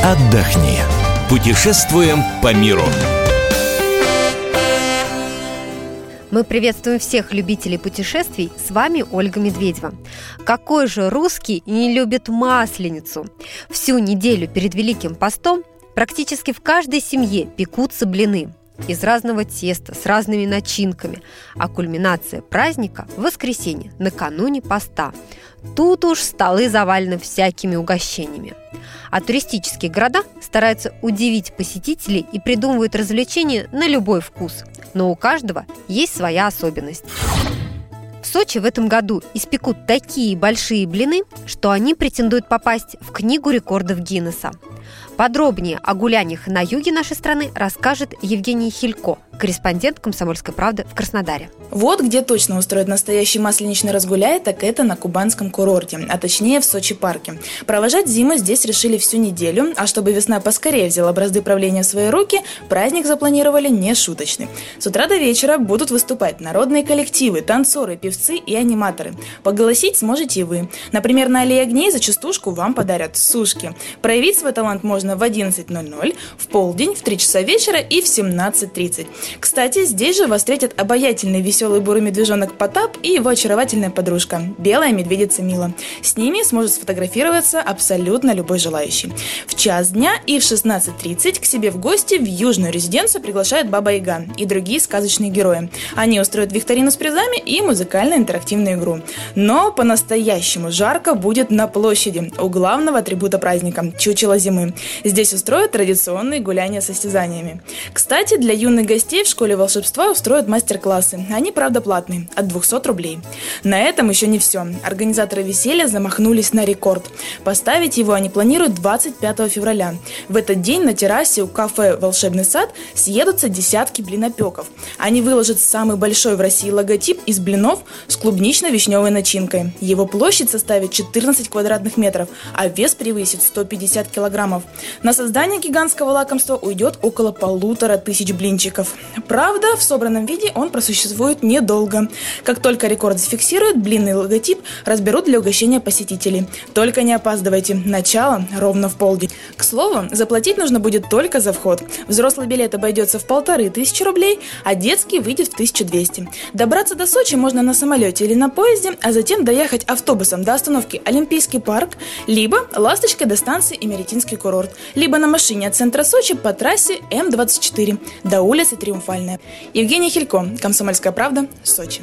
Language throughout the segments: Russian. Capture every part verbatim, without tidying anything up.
отдохни. Путешествуем по миру. Мы приветствуем всех любителей путешествий. С вами Ольга Медведева. Какой же русский не любит Масленицу? Всю неделю перед Великим постом практически в каждой семье пекутся блины из разного теста, с разными начинками. А кульминация праздника – воскресенье, накануне поста. Тут уж столы завалены всякими угощениями. А туристические города стараются удивить посетителей и придумывают развлечения на любой вкус. Но у каждого есть своя особенность. В Сочи в этом году испекут такие большие блины, что они претендуют попасть в Книгу рекордов Гиннесса. Подробнее о гуляниях на юге нашей страны расскажет Евгения Хилько, корреспондент «Комсомольской правды» в Краснодаре. Вот где точно устроят настоящий масленичный разгуляй, так это на кубанском курорте, а точнее в Сочи-парке. Провожать зиму здесь решили всю неделю, а чтобы весна поскорее взяла бразды правления в свои руки, праздник запланировали нешуточный. С утра до вечера будут выступать народные коллективы, танцоры, певцы и аниматоры. Поголосить сможете и вы. Например, на Аллее огней за частушку вам подарят сушки. Проявить свой талант можно в одиннадцать ноль-ноль, в полдень, в три часа вечера и в семнадцать тридцать. Кстати, здесь же вас встретят обаятельный веселый бурый медвежонок Потап и его очаровательная подружка, белая медведица Мила. С ними сможет сфотографироваться абсолютно любой желающий. В час дня и в шестнадцать тридцать к себе в гости в южную резиденцию приглашает Баба Яга и другие сказочные герои. Они устроят викторину с призами и музыкально-интерактивную игру. Но по-настоящему жарко будет на площади, у главного атрибута праздника – чучела зимы. Здесь устроят традиционные гуляния с состязаниями. Кстати, для юных гостей в школе волшебства устроят мастер-классы. Они, правда, платные, от двухсот рублей. На этом еще не все. Организаторы веселья замахнулись на рекорд. Поставить его они планируют двадцать пятого февраля. В этот день на террасе у кафе «Волшебный сад» съедутся десятки блинопеков. Они выложат самый большой в России логотип из блинов с клубнично-вишневой начинкой. Его площадь составит четырнадцать квадратных метров, а вес превысит сто пятьдесят килограммов. На создание гигантского лакомства уйдет около полутора тысяч блинчиков. Правда, в собранном виде он просуществует недолго. Как только рекорд зафиксируют, блинный логотип разберут для угощения посетителей. Только не опаздывайте, начало ровно в полдень. К слову, заплатить нужно будет только за вход. Взрослый билет обойдется в полторы тысячи рублей, а детский выйдет в тысячу двести. Добраться до Сочи можно на самолете или на поезде, а затем доехать автобусом до остановки Олимпийский парк, либо ласточкой до станции Имеретинский курорт, либо на машине от центра Сочи по трассе эм двадцать четыре до улицы Триумфальная. Евгения Хилько, «Комсомольская правда», Сочи.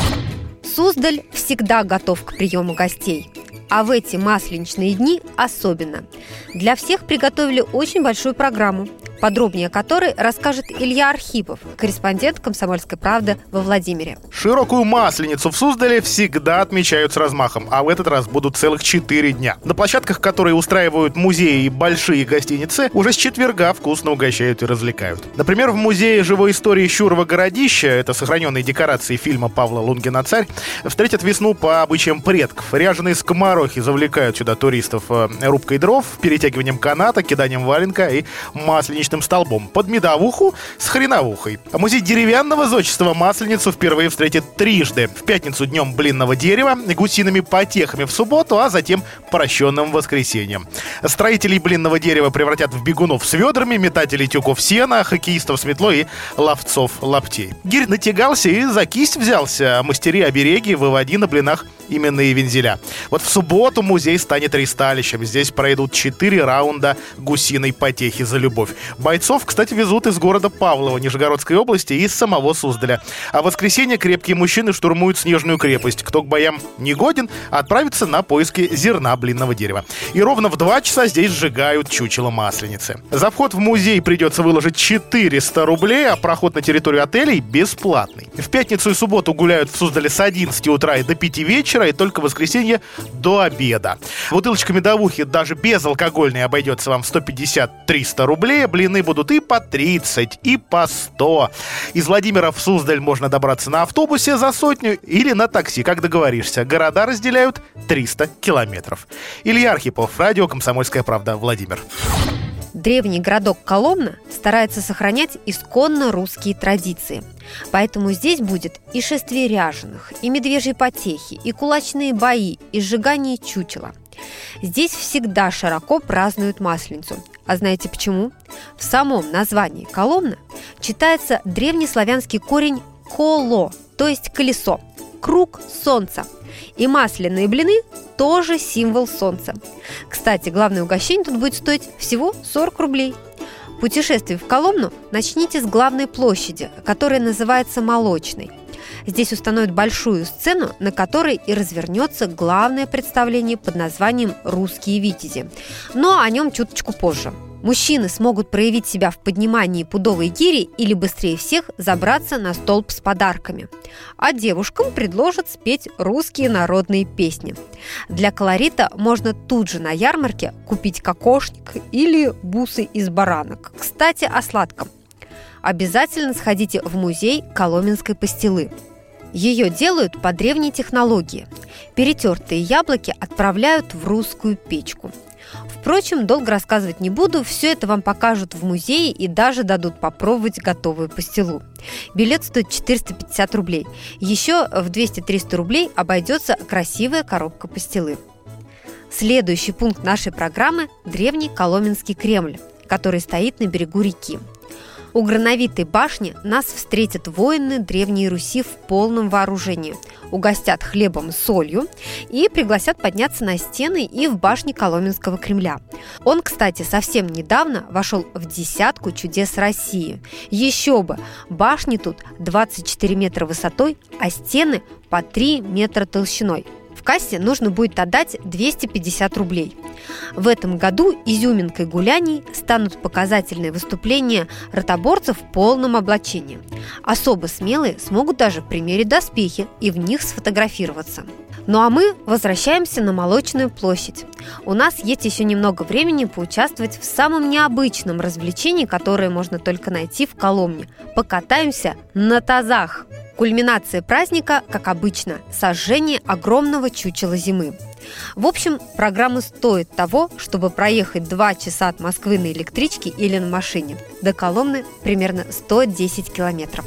Суздаль всегда готов к приему гостей. А в эти масленичные дни особенно. Для всех приготовили очень большую программу, подробнее о которой расскажет Илья Архипов, корреспондент «Комсомольской правды» во Владимире. Широкую Масленицу в Суздале всегда отмечают с размахом, а в этот раз будут целых четыре дня. На площадках, которые устраивают музеи и большие гостиницы, уже с четверга вкусно угощают и развлекают. Например, в музее живой истории Щурово городища, это сохраненные декорации фильма Павла Лунгина «Царь», встретят весну по обычаям предков. Ряженые скоморохи завлекают сюда туристов рубкой дров, перетягиванием каната, киданием валенка и масленичным столбом под медовуху с хреновухой. А музей деревянного зодчества Масленицу впервые встретит трижды. В пятницу днем блинного дерева, гусиными потехами в субботу, а затем прощенным воскресеньем. Строителей блинного дерева превратят в бегунов с ведрами, метателей тюков сена, хоккеистов с метлой и ловцов лаптей. Гирь натягался и за кисть взялся, а мастери обереги выводи на блинах именные вензеля. Вот в субботу музей станет ристалищем. Здесь пройдут четыре раунда гусиной потехи за любовь. Бойцов, кстати, везут из города Павлова, Нижегородской области, и из самого Суздаля. А в воскресенье крепкие мужчины штурмуют Снежную крепость. Кто к боям не годен, отправится на поиски зерна блинного дерева. И ровно в два часа здесь сжигают чучело Масленицы. За вход в музей придется выложить четыреста рублей, а проход на территорию отелей бесплатный. В пятницу и субботу гуляют в Суздале с одиннадцати утра и до пяти вечера, и только в воскресенье до обеда. Бутылочка медовухи даже безалкогольной обойдется вам в сто пятьдесят - триста рублей. Блины будут и по тридцать, и по сто. Из Владимира в Суздаль можно добраться на автобусе за сотню или на такси, как договоришься. Города разделяют триста километров. Илья Архипов, радио «Комсомольская правда», Владимир. Древний городок Коломна старается сохранять исконно русские традиции. Поэтому здесь будет и шествие ряженых, и медвежьи потехи, и кулачные бои, и сжигание чучела. Здесь всегда широко празднуют Масленицу. А знаете почему? В самом названии Коломна читается древнеславянский корень «коло», то есть колесо, круг солнца. И масляные блины тоже символ солнца. Кстати, главное угощение тут будет стоить всего сорок рублей. Путешествие в Коломну начните с главной площади, которая называется Молочной. Здесь установят большую сцену, на которой и развернется главное представление под названием «Русские витязи». Но о нем чуточку позже. Мужчины смогут проявить себя в поднимании пудовой гири или быстрее всех забраться на столб с подарками. А девушкам предложат спеть русские народные песни. Для колорита можно тут же на ярмарке купить кокошник или бусы из баранок. Кстати, о сладком. Обязательно сходите в музей коломенской пастилы. Ее делают по древней технологии. Перетертые яблоки отправляют в русскую печку. Впрочем, долго рассказывать не буду, все это вам покажут в музее и даже дадут попробовать готовую пастилу. Билет стоит четыреста пятьдесят рублей. Еще в двести-триста рублей обойдется красивая коробка пастилы. Следующий пункт нашей программы – древний Коломенский Кремль, который стоит на берегу реки. У грановитой башни нас встретят воины Древней Руси в полном вооружении, угостят хлебом с солью и пригласят подняться на стены и в башне Коломенского Кремля. Он, кстати, совсем недавно вошел в десятку чудес России. Еще бы! Башни тут двадцать четыре метра высотой, а стены по три метра толщиной. В кассе нужно будет отдать двести пятьдесят рублей. В этом году изюминкой гуляний станут показательные выступления ротоборцев в полном облачении. Особо смелые смогут даже примерить доспехи и в них сфотографироваться. Ну а мы возвращаемся на Молочную площадь. У нас есть еще немного времени поучаствовать в самом необычном развлечении, которое можно только найти в Коломне. Покатаемся на тазах. Кульминация праздника, как обычно, сожжение огромного чучела зимы. В общем, программа стоит того, чтобы проехать два часа от Москвы на электричке или на машине. До Коломны примерно сто десять километров.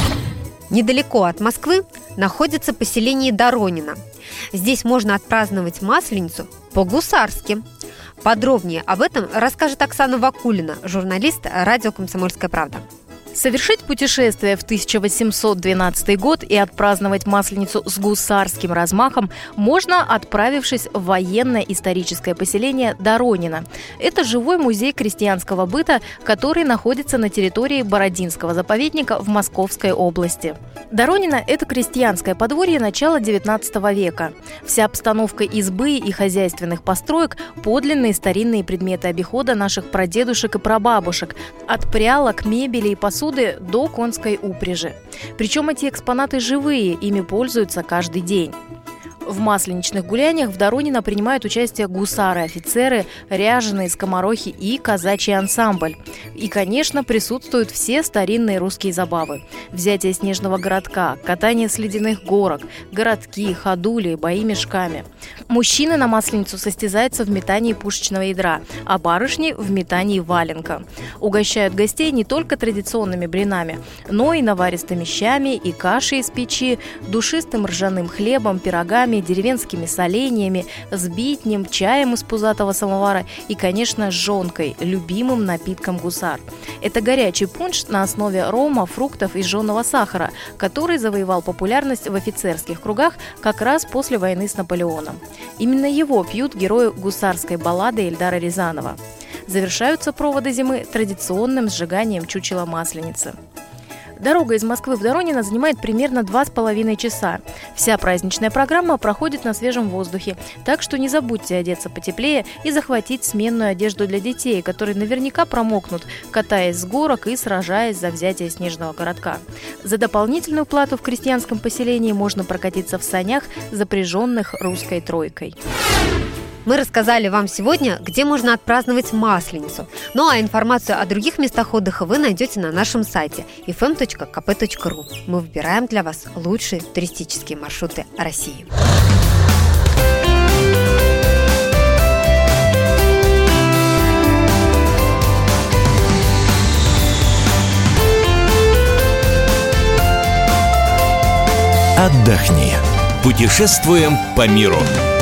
Недалеко от Москвы находится поселение Доронино. Здесь можно отпраздновать Масленицу по-гусарски. Подробнее об этом расскажет Оксана Вакулина, журналист радио «Комсомольская правда». Совершить путешествие в тысяча восемьсот двенадцатый год и отпраздновать Масленицу с гусарским размахом можно, отправившись в военно-историческое поселение Доронино. Это живой музей крестьянского быта, который находится на территории Бородинского заповедника в Московской области. Доронино – это крестьянское подворье начала девятнадцатого века. Вся обстановка избы и хозяйственных построек – подлинные старинные предметы обихода наших прадедушек и прабабушек, от прялок, мебели и посуды до конской упряжи. Причем эти экспонаты живые, ими пользуются каждый день. В масленичных гуляниях в Доронино принимают участие гусары-офицеры, ряженые, скоморохи и казачий ансамбль. И, конечно, присутствуют все старинные русские забавы. Взятие снежного городка, катание с ледяных горок, городки, ходули, бои мешками. Мужчины на Масленицу состязаются в метании пушечного ядра, а барышни в метании валенка. Угощают гостей не только традиционными блинами, но и наваристыми щами и кашей из печи, душистым ржаным хлебом, пирогами, деревенскими соленьями, сбитнем, чаем из пузатого самовара и, конечно, жжёнкой, любимым напитком гусар. Это горячий пунш на основе рома, фруктов и жженого сахара, который завоевал популярность в офицерских кругах как раз после войны с Наполеоном. Именно его пьют герои гусарской баллады Эльдара Рязанова. Завершаются проводы зимы традиционным сжиганием чучела Масленицы. Дорога из Москвы в Доронино занимает примерно два с половиной часа. Вся праздничная программа проходит на свежем воздухе, так что не забудьте одеться потеплее и захватить сменную одежду для детей, которые наверняка промокнут, катаясь с горок и сражаясь за взятие снежного городка. За дополнительную плату в крестьянском поселении можно прокатиться в санях, запряженных русской тройкой. Мы рассказали вам сегодня, где можно отпраздновать Масленицу. Ну а информацию о других местах отдыха вы найдете на нашем сайте эф эм точка ка пэ точка ру. Мы выбираем для вас лучшие туристические маршруты России. Отдохни. Путешествуем по миру.